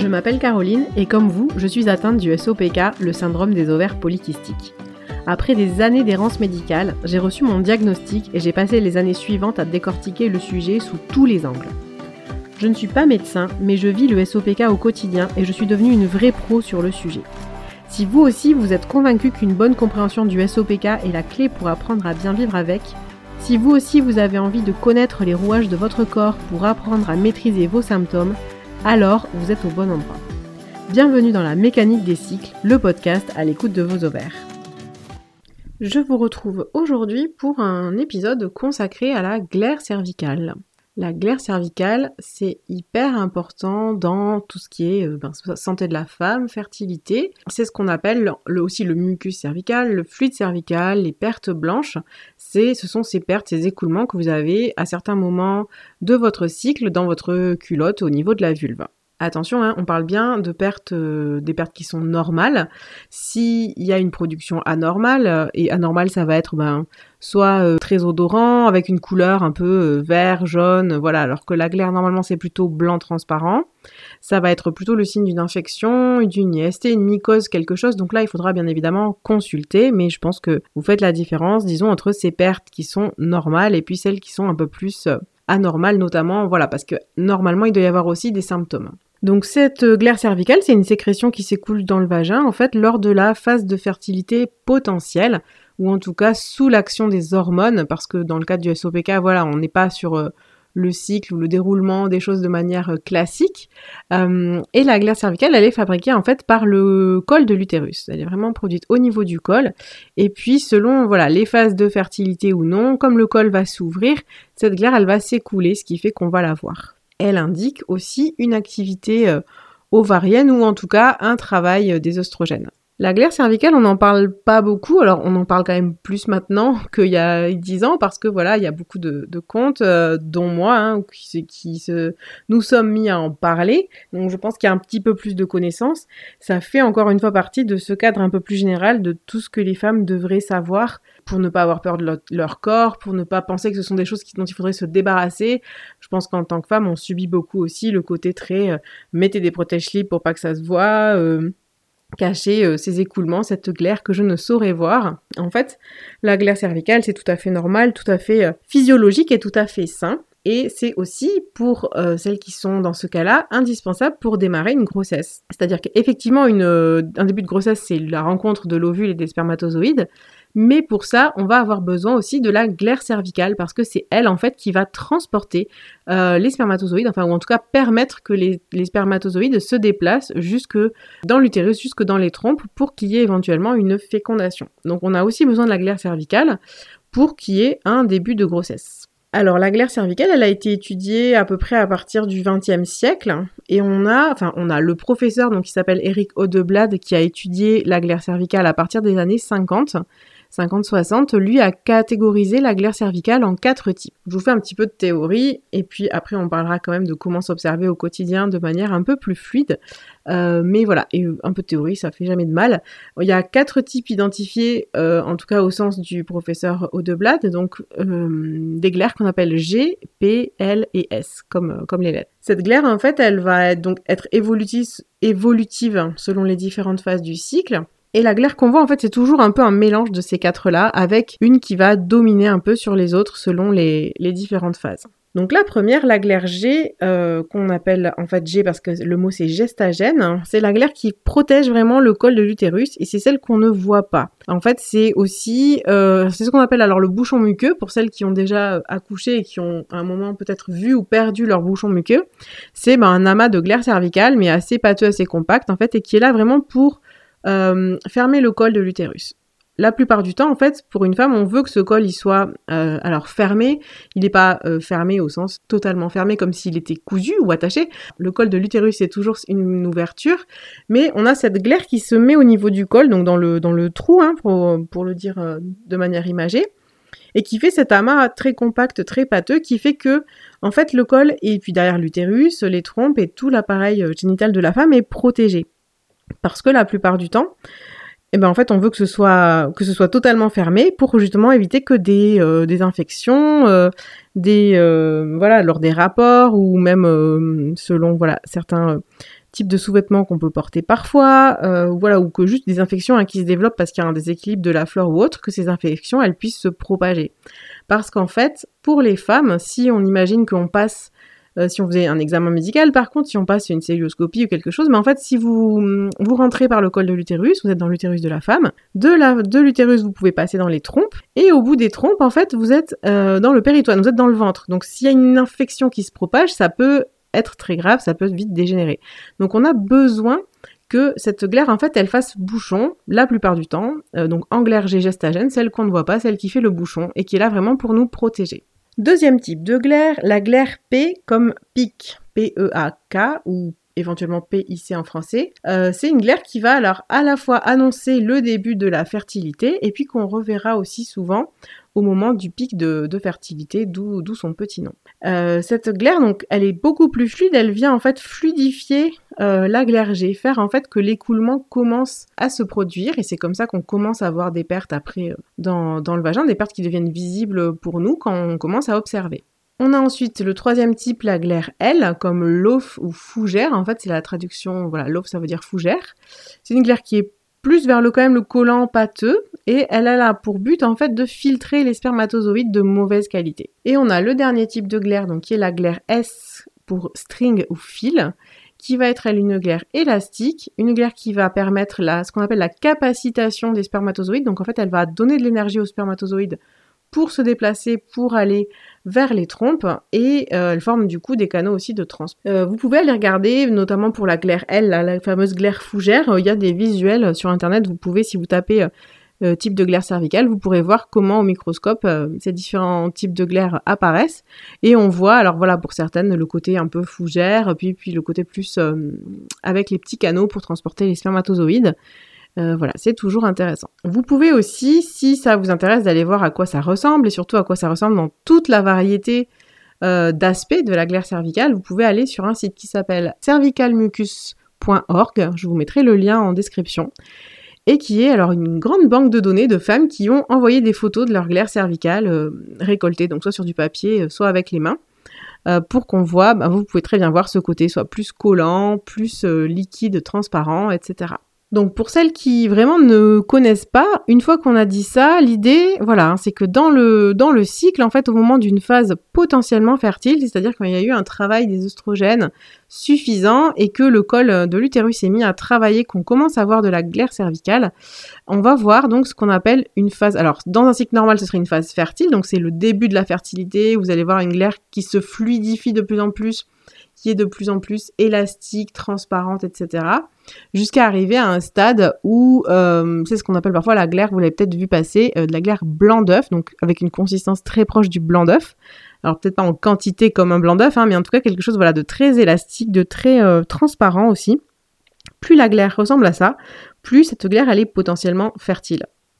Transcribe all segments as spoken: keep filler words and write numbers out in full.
Je m'appelle Caroline et comme vous, je suis atteinte du S O P K, le syndrome des ovaires polykystiques. Après des années d'errance médicale, j'ai reçu mon diagnostic et j'ai passé les années suivantes à décortiquer le sujet sous tous les angles. Je ne suis pas médecin, mais je vis le S O P K au quotidien et je suis devenue une vraie pro sur le sujet. Si vous aussi vous êtes convaincu qu'une bonne compréhension du S O P K est la clé pour apprendre à bien vivre avec, si vous aussi vous avez envie de connaître les rouages de votre corps pour apprendre à maîtriser vos symptômes, alors vous êtes au bon endroit. Bienvenue dans la mécanique des cycles, le podcast à l'écoute de vos ovaires. Je vous retrouve aujourd'hui pour un épisode consacré à la glaire cervicale. La glaire cervicale, c'est hyper important dans tout ce qui est euh, ben, santé de la femme, fertilité. C'est ce qu'on appelle le, aussi le mucus cervical, le fluide cervical, les pertes blanches. C'est, ce sont ces pertes, ces écoulements que vous avez à certains moments de votre cycle dans votre culotte au niveau de la vulve. Attention, hein, on parle bien de pertes, euh, des pertes qui sont normales. S'il y a une production anormale, euh, et anormale ça va être ben, soit euh, très odorant, avec une couleur un peu euh, vert, jaune, voilà, alors que la glaire normalement c'est plutôt blanc transparent. Ça va être plutôt le signe d'une infection, d'une I S T, une mycose, quelque chose. Donc là, il faudra bien évidemment consulter, mais je pense que vous faites la différence, disons, entre ces pertes qui sont normales et puis celles qui sont un peu plus euh, anormales, notamment, voilà, parce que normalement, il doit y avoir aussi des symptômes. Donc cette glaire cervicale, c'est une sécrétion qui s'écoule dans le vagin, en fait, lors de la phase de fertilité potentielle, ou en tout cas sous l'action des hormones, parce que dans le cadre du S O P K, voilà, on n'est pas sur euh, le cycle ou le déroulement des choses de manière euh, classique. Euh, et la glaire cervicale, elle est fabriquée en fait par le col de l'utérus. Elle est vraiment produite au niveau du col. Et puis selon voilà les phases de fertilité ou non, comme le col va s'ouvrir, cette glaire, elle va s'écouler, ce qui fait qu'on va la voir. Elle indique aussi une activité euh, ovarienne ou en tout cas un travail euh, des oestrogènes. La glaire cervicale, on n'en parle pas beaucoup, alors on en parle quand même plus maintenant qu'il y a dix ans parce que voilà, il y a beaucoup de, de comptes, euh, dont moi, hein, qui, qui se, nous sommes mis à en parler, donc je pense qu'il y a un petit peu plus de connaissances. Ça fait encore une fois partie de ce cadre un peu plus général de tout ce que les femmes devraient savoir pour ne pas avoir peur de leur, leur corps, pour ne pas penser que ce sont des choses qui, dont il faudrait se débarrasser. Je pense qu'en tant que femme, on subit beaucoup aussi le côté très euh, mettez des protège-slips pour pas que ça se voit, euh, cacher euh, ces écoulements, cette glaire que je ne saurais voir. En fait, la glaire cervicale, c'est tout à fait normal, tout à fait euh, physiologique et tout à fait sain. Et c'est aussi, pour euh, celles qui sont dans ce cas-là, indispensable pour démarrer une grossesse. C'est-à-dire qu'effectivement, une, euh, un début de grossesse, c'est la rencontre de l'ovule et des spermatozoïdes. Mais pour ça, on va avoir besoin aussi de la glaire cervicale parce que c'est elle, en fait, qui va transporter euh, les spermatozoïdes, enfin, ou en tout cas permettre que les, les spermatozoïdes se déplacent jusque dans l'utérus, jusque dans les trompes pour qu'il y ait éventuellement une fécondation. Donc, on a aussi besoin de la glaire cervicale pour qu'il y ait un début de grossesse. Alors, la glaire cervicale, elle a été étudiée à peu près à partir du vingtième siècle et on a, enfin, on a le professeur, donc, qui s'appelle Erik Odeblad, qui a étudié la glaire cervicale à partir des années cinquante. cinquante soixante, lui a catégorisé la glaire cervicale en quatre types. Je vous fais un petit peu de théorie, et puis après on parlera quand même de comment s'observer au quotidien de manière un peu plus fluide. Euh, mais voilà, et un peu de théorie, ça fait jamais de mal. Il y a quatre types identifiés, euh, en tout cas au sens du professeur Odeblad, donc euh, des glaires qu'on appelle G, P, L et S, comme, comme les lettres. Cette glaire, en fait, elle va être, donc être évolutive, évolutive selon les différentes phases du cycle. Et la glaire qu'on voit, en fait, c'est toujours un peu un mélange de ces quatre-là, avec une qui va dominer un peu sur les autres selon les, les différentes phases. Donc la première, la glaire G, euh, qu'on appelle en fait G parce que le mot c'est gestagène, c'est la glaire qui protège vraiment le col de l'utérus et c'est celle qu'on ne voit pas. En fait, c'est aussi, euh, c'est ce qu'on appelle alors le bouchon muqueux, pour celles qui ont déjà accouché et qui ont à un moment peut-être vu ou perdu leur bouchon muqueux. C'est ben, un amas de glaire cervicale, mais assez pâteux, assez compact en fait, et qui est là vraiment pour Euh, fermer le col de l'utérus. La plupart du temps, en fait, pour une femme, on veut que ce col, il soit, euh, alors fermé, il n'est pas euh, fermé au sens totalement fermé, comme s'il était cousu ou attaché. Le col de l'utérus, c'est toujours une ouverture, mais on a cette glaire qui se met au niveau du col, donc dans le, dans le trou, hein, pour, pour le dire euh, de manière imagée, et qui fait cet amas très compact, très pâteux, qui fait que, en fait, le col, et puis derrière l'utérus, les trompes et tout l'appareil génital de la femme est protégé. Parce que la plupart du temps, eh ben en fait, on veut que ce soit que ce soit totalement fermé pour justement éviter que des euh, des infections, euh, des euh, voilà, lors des rapports ou même euh, selon voilà certains type de sous-vêtements qu'on peut porter parfois, euh, voilà, ou que juste des infections hein, qui se développent parce qu'il y a un déséquilibre de la flore ou autre, que ces infections, elles puissent se propager. Parce qu'en fait, pour les femmes, si on imagine qu'on passe, euh, si on faisait un examen médical, par contre, si on passe une célioscopie ou quelque chose, mais en fait, si vous, vous rentrez par le col de l'utérus, vous êtes dans l'utérus de la femme, de, la, de l'utérus, vous pouvez passer dans les trompes, et au bout des trompes, en fait, vous êtes euh, dans le péritoine, vous êtes dans le ventre. Donc, s'il y a une infection qui se propage, ça peut être très grave, ça peut vite dégénérer. Donc, on a besoin que cette glaire, en fait, elle fasse bouchon, la plupart du temps, euh, donc en glaire G gestagène, celle qu'on ne voit pas, celle qui fait le bouchon, et qui est là vraiment pour nous protéger. Deuxième type de glaire, la glaire P comme pic, P E A K, ou éventuellement P I C en français. Euh, c'est une glaire qui va alors à la fois annoncer le début de la fertilité, et puis qu'on reverra aussi souvent au moment du pic de, de fertilité, d'où, d'où son petit nom. Euh, cette glaire, donc, elle est beaucoup plus fluide, elle vient en fait fluidifier euh, la glaire G, faire en fait que l'écoulement commence à se produire, et c'est comme ça qu'on commence à avoir des pertes après euh, dans, dans le vagin, des pertes qui deviennent visibles pour nous quand on commence à observer. On a ensuite le troisième type, la glaire L, comme l'ophe ou fougère, en fait c'est la traduction, voilà, l'ophe ça veut dire fougère. C'est une glaire qui est plus vers le quand même le collant pâteux, et elle a là pour but en fait de filtrer les spermatozoïdes de mauvaise qualité. Et on a le dernier type de glaire, donc qui est la glaire S pour string ou fil, qui va être elle une glaire élastique, une glaire qui va permettre la, ce qu'on appelle la capacitation des spermatozoïdes, donc en fait elle va donner de l'énergie aux spermatozoïdes pour se déplacer, pour aller vers les trompes, et euh, elle forme du coup des canaux aussi de transport. Euh, vous pouvez aller regarder, notamment pour la glaire L, la, la fameuse glaire fougère, euh, il y a des visuels sur internet, vous pouvez, si vous tapez euh, euh, type de glaire cervicale, vous pourrez voir comment au microscope euh, ces différents types de glaires apparaissent, et on voit, alors voilà, pour certaines, le côté un peu fougère, puis, puis le côté plus euh, avec les petits canaux pour transporter les spermatozoïdes. Euh, voilà, c'est toujours intéressant. Vous pouvez aussi, si ça vous intéresse, d'aller voir à quoi ça ressemble, et surtout à quoi ça ressemble dans toute la variété euh, d'aspects de la glaire cervicale, vous pouvez aller sur un site qui s'appelle cervicalmucus point org, je vous mettrai le lien en description, et qui est alors une grande banque de données de femmes qui ont envoyé des photos de leur glaire cervicale euh, récoltées, donc soit sur du papier, soit avec les mains, euh, pour qu'on voit, bah, vous pouvez très bien voir ce côté, soit plus collant, plus euh, liquide, transparent, et cetera. Donc pour celles qui vraiment ne connaissent pas, une fois qu'on a dit ça, l'idée, voilà, hein, c'est que dans le, dans le cycle, en fait, au moment d'une phase potentiellement fertile, c'est-à-dire quand il y a eu un travail des œstrogènes suffisant et que le col de l'utérus est mis à travailler, qu'on commence à avoir de la glaire cervicale, on va voir donc ce qu'on appelle une phase, alors dans un cycle normal, ce serait une phase fertile, donc c'est le début de la fertilité, vous allez voir une glaire qui se fluidifie de plus en plus, qui est de plus en plus élastique, transparente, et cetera, jusqu'à arriver à un stade où, euh, c'est ce qu'on appelle parfois la glaire, vous l'avez peut-être vu passer, euh, de la glaire blanc d'œuf, donc avec une consistance très proche du blanc d'œuf. Alors peut-être pas en quantité comme un blanc d'œuf, hein, mais en tout cas quelque chose voilà, de très élastique, de très euh, transparent aussi. Plus la glaire ressemble à ça, plus cette glaire elle est potentiellement fertile.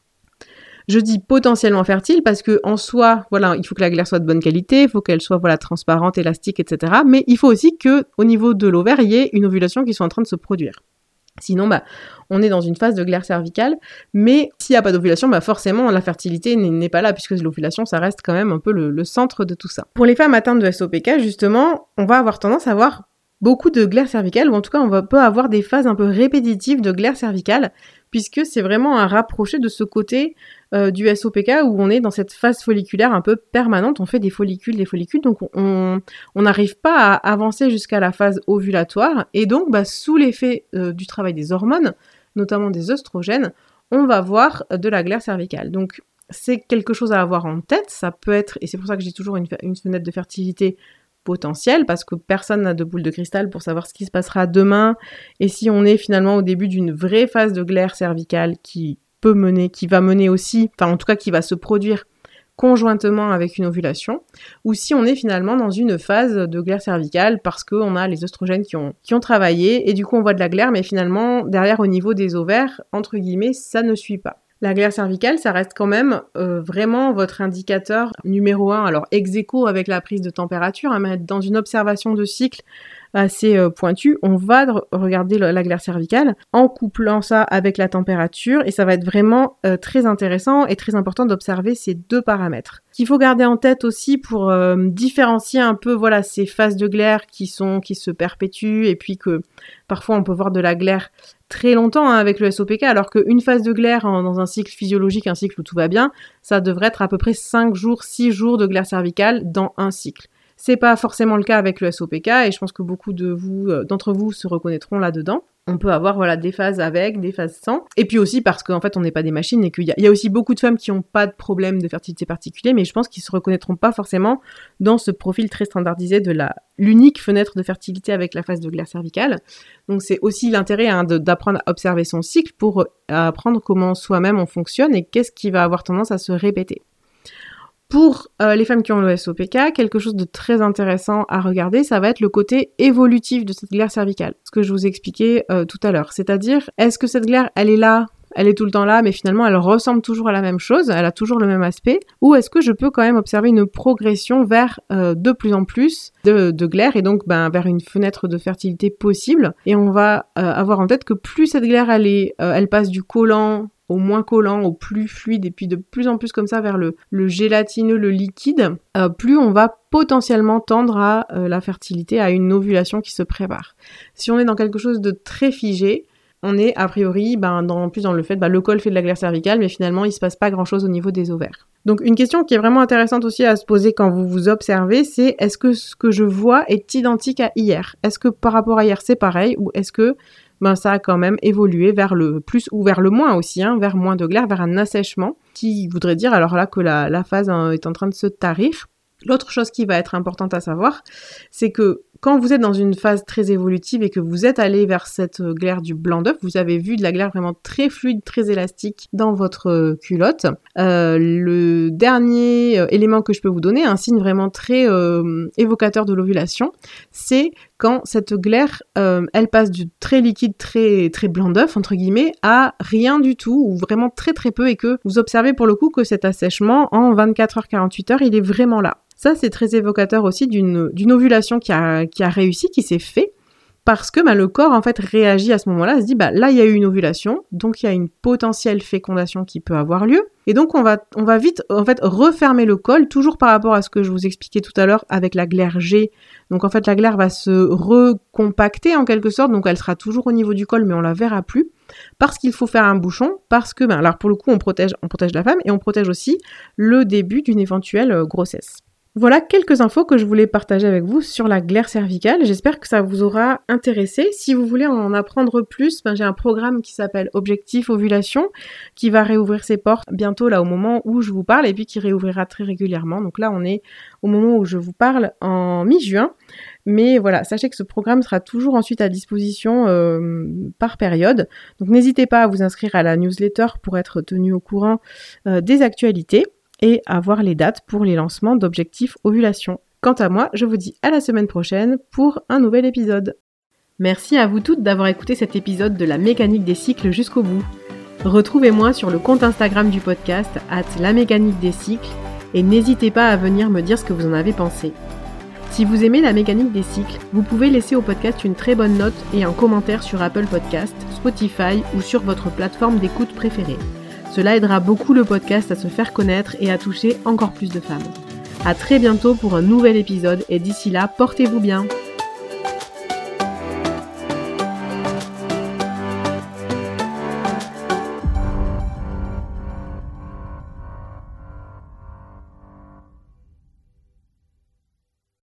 Je dis potentiellement fertile parce que en soi, voilà, il faut que la glaire soit de bonne qualité, il faut qu'elle soit voilà transparente, élastique, et cetera. Mais il faut aussi que, au niveau de l'ovaire, il y ait une ovulation qui soit en train de se produire. Sinon, bah, on est dans une phase de glaire cervicale, mais s'il n'y a pas d'ovulation, bah forcément, la fertilité n'est, n'est pas là, puisque l'ovulation, ça reste quand même un peu le, le centre de tout ça. Pour les femmes atteintes de S O P K, justement, on va avoir tendance à avoir beaucoup de glaire cervicale, ou en tout cas, on va, peut avoir des phases un peu répétitives de glaire cervicale, puisque c'est vraiment un rapproché de ce côté euh, du S O P K où on est dans cette phase folliculaire un peu permanente, on fait des follicules, des follicules, donc on n'arrive pas à avancer jusqu'à la phase ovulatoire, et donc bah, sous l'effet euh, du travail des hormones, notamment des œstrogènes, on va voir de la glaire cervicale. Donc c'est quelque chose à avoir en tête, ça peut être, et c'est pour ça que j'ai toujours une, une fenêtre de fertilité potentielle, parce que personne n'a de boule de cristal pour savoir ce qui se passera demain, et si on est finalement au début d'une vraie phase de glaire cervicale qui peut mener, qui va mener aussi, enfin en tout cas qui va se produire conjointement avec une ovulation, ou si on est finalement dans une phase de glaire cervicale parce qu'on a les œstrogènes qui ont, qui ont travaillé, et du coup on voit de la glaire, mais finalement derrière au niveau des ovaires, entre guillemets, ça ne suit pas. La glaire cervicale, ça reste quand même euh, vraiment votre indicateur numéro un, alors ex aequo avec la prise de température, hein, mais dans une observation de cycle, assez euh, pointu, on va d- regarder le, la glaire cervicale en couplant ça avec la température et ça va être vraiment euh, très intéressant et très important d'observer ces deux paramètres. Ce qu'il faut garder en tête aussi pour euh, différencier un peu voilà ces phases de glaire qui sont qui se perpétuent et puis que parfois on peut voir de la glaire très longtemps hein, avec le S O P K, alors qu'une phase de glaire en, dans un cycle physiologique, un cycle où tout va bien, ça devrait être à peu près cinq jours, six jours de glaire cervicale dans un cycle. C'est pas forcément le cas avec le S O P K et je pense que beaucoup de vous, euh, d'entre vous se reconnaîtront là-dedans. On peut avoir voilà des phases avec, des phases sans. Et puis aussi parce qu'en fait on n'est pas des machines et qu'il y a, il y a aussi beaucoup de femmes qui n'ont pas de problème de fertilité particulier, mais je pense qu'ils se reconnaîtront pas forcément dans ce profil très standardisé de la l'unique fenêtre de fertilité avec la phase de glaire cervicale. Donc c'est aussi l'intérêt hein, de, d'apprendre à observer son cycle pour apprendre comment soi-même on fonctionne et qu'est-ce qui va avoir tendance à se répéter. Pour euh, les femmes qui ont le S O P K, quelque chose de très intéressant à regarder, ça va être le côté évolutif de cette glaire cervicale. Ce que je vous expliquais euh, tout à l'heure. C'est-à-dire, est-ce que cette glaire, elle est là, elle est tout le temps là, mais finalement, elle ressemble toujours à la même chose, elle a toujours le même aspect, ou est-ce que je peux quand même observer une progression vers euh, de plus en plus de, de glaire, et donc ben, vers une fenêtre de fertilité possible. Et on va euh, avoir en tête que plus cette glaire, elle, est, euh, elle passe du collant au moins collant, au plus fluide, et puis de plus en plus comme ça vers le, le gélatineux, le liquide, euh, plus on va potentiellement tendre à euh, la fertilité, à une ovulation qui se prépare. Si on est dans quelque chose de très figé, on est a priori ben, dans, plus dans le fait, ben, le col fait de la glaire cervicale, mais finalement il se passe pas grand chose au niveau des ovaires. Donc une question qui est vraiment intéressante aussi à se poser quand vous vous observez, c'est est-ce que ce que je vois est identique à hier ? Est-ce que par rapport à hier c'est pareil, ou est-ce que ben ça a quand même évolué vers le plus ou vers le moins aussi, hein, vers moins de glaire, vers un assèchement, qui voudrait dire alors là que la, la phase hein, est en train de se tarir. L'autre chose qui va être importante à savoir, c'est que quand vous êtes dans une phase très évolutive et que vous êtes allé vers cette glaire du blanc d'œuf, vous avez vu de la glaire vraiment très fluide, très élastique dans votre culotte. Euh, le dernier euh, élément que je peux vous donner, un signe vraiment très euh, évocateur de l'ovulation, c'est quand cette glaire, euh, elle passe du très liquide, très très blanc d'œuf, entre guillemets, à rien du tout, ou vraiment très très peu, et que vous observez pour le coup que cet assèchement, en vingt-quatre heures, quarante-huit heures, il est vraiment là. Ça, c'est très évocateur aussi d'une, d'une ovulation qui a, qui a réussi, qui s'est fait, parce que bah, le corps, en fait, réagit à ce moment-là, se dit, bah là, il y a eu une ovulation, donc il y a une potentielle fécondation qui peut avoir lieu, et donc on va, on va vite, en fait, refermer le col, toujours par rapport à ce que je vous expliquais tout à l'heure avec la glaire G. Donc en fait, la glaire va se recompacter en quelque sorte, donc elle sera toujours au niveau du col, mais on la verra plus, parce qu'il faut faire un bouchon, parce que, ben, alors pour le coup, on protège, on protège la femme, et on protège aussi le début d'une éventuelle euh, grossesse. Voilà quelques infos que je voulais partager avec vous sur la glaire cervicale. J'espère que ça vous aura intéressé. Si vous voulez en apprendre plus, ben j'ai un programme qui s'appelle Objectif Ovulation qui va réouvrir ses portes bientôt là au moment où je vous parle et puis qui réouvrira très régulièrement. Donc là, on est au moment où je vous parle en mi-juin. Mais voilà, sachez que ce programme sera toujours ensuite à disposition euh, par période. Donc n'hésitez pas à vous inscrire à la newsletter pour être tenu au courant euh, des actualités et à voir les dates pour les lancements d'Objectif Ovulation. Quant à moi, je vous dis à la semaine prochaine pour un nouvel épisode. Merci à vous toutes d'avoir écouté cet épisode de la mécanique des cycles jusqu'au bout. Retrouvez-moi sur le compte Instagram du podcast arobase la mécanique des cycles et n'hésitez pas à venir me dire ce que vous en avez pensé. Si vous aimez la mécanique des cycles, vous pouvez laisser au podcast une très bonne note et un commentaire sur Apple Podcast, Spotify ou sur votre plateforme d'écoute préférée. Cela aidera beaucoup le podcast à se faire connaître et à toucher encore plus de femmes. À très bientôt pour un nouvel épisode et d'ici là, portez-vous bien.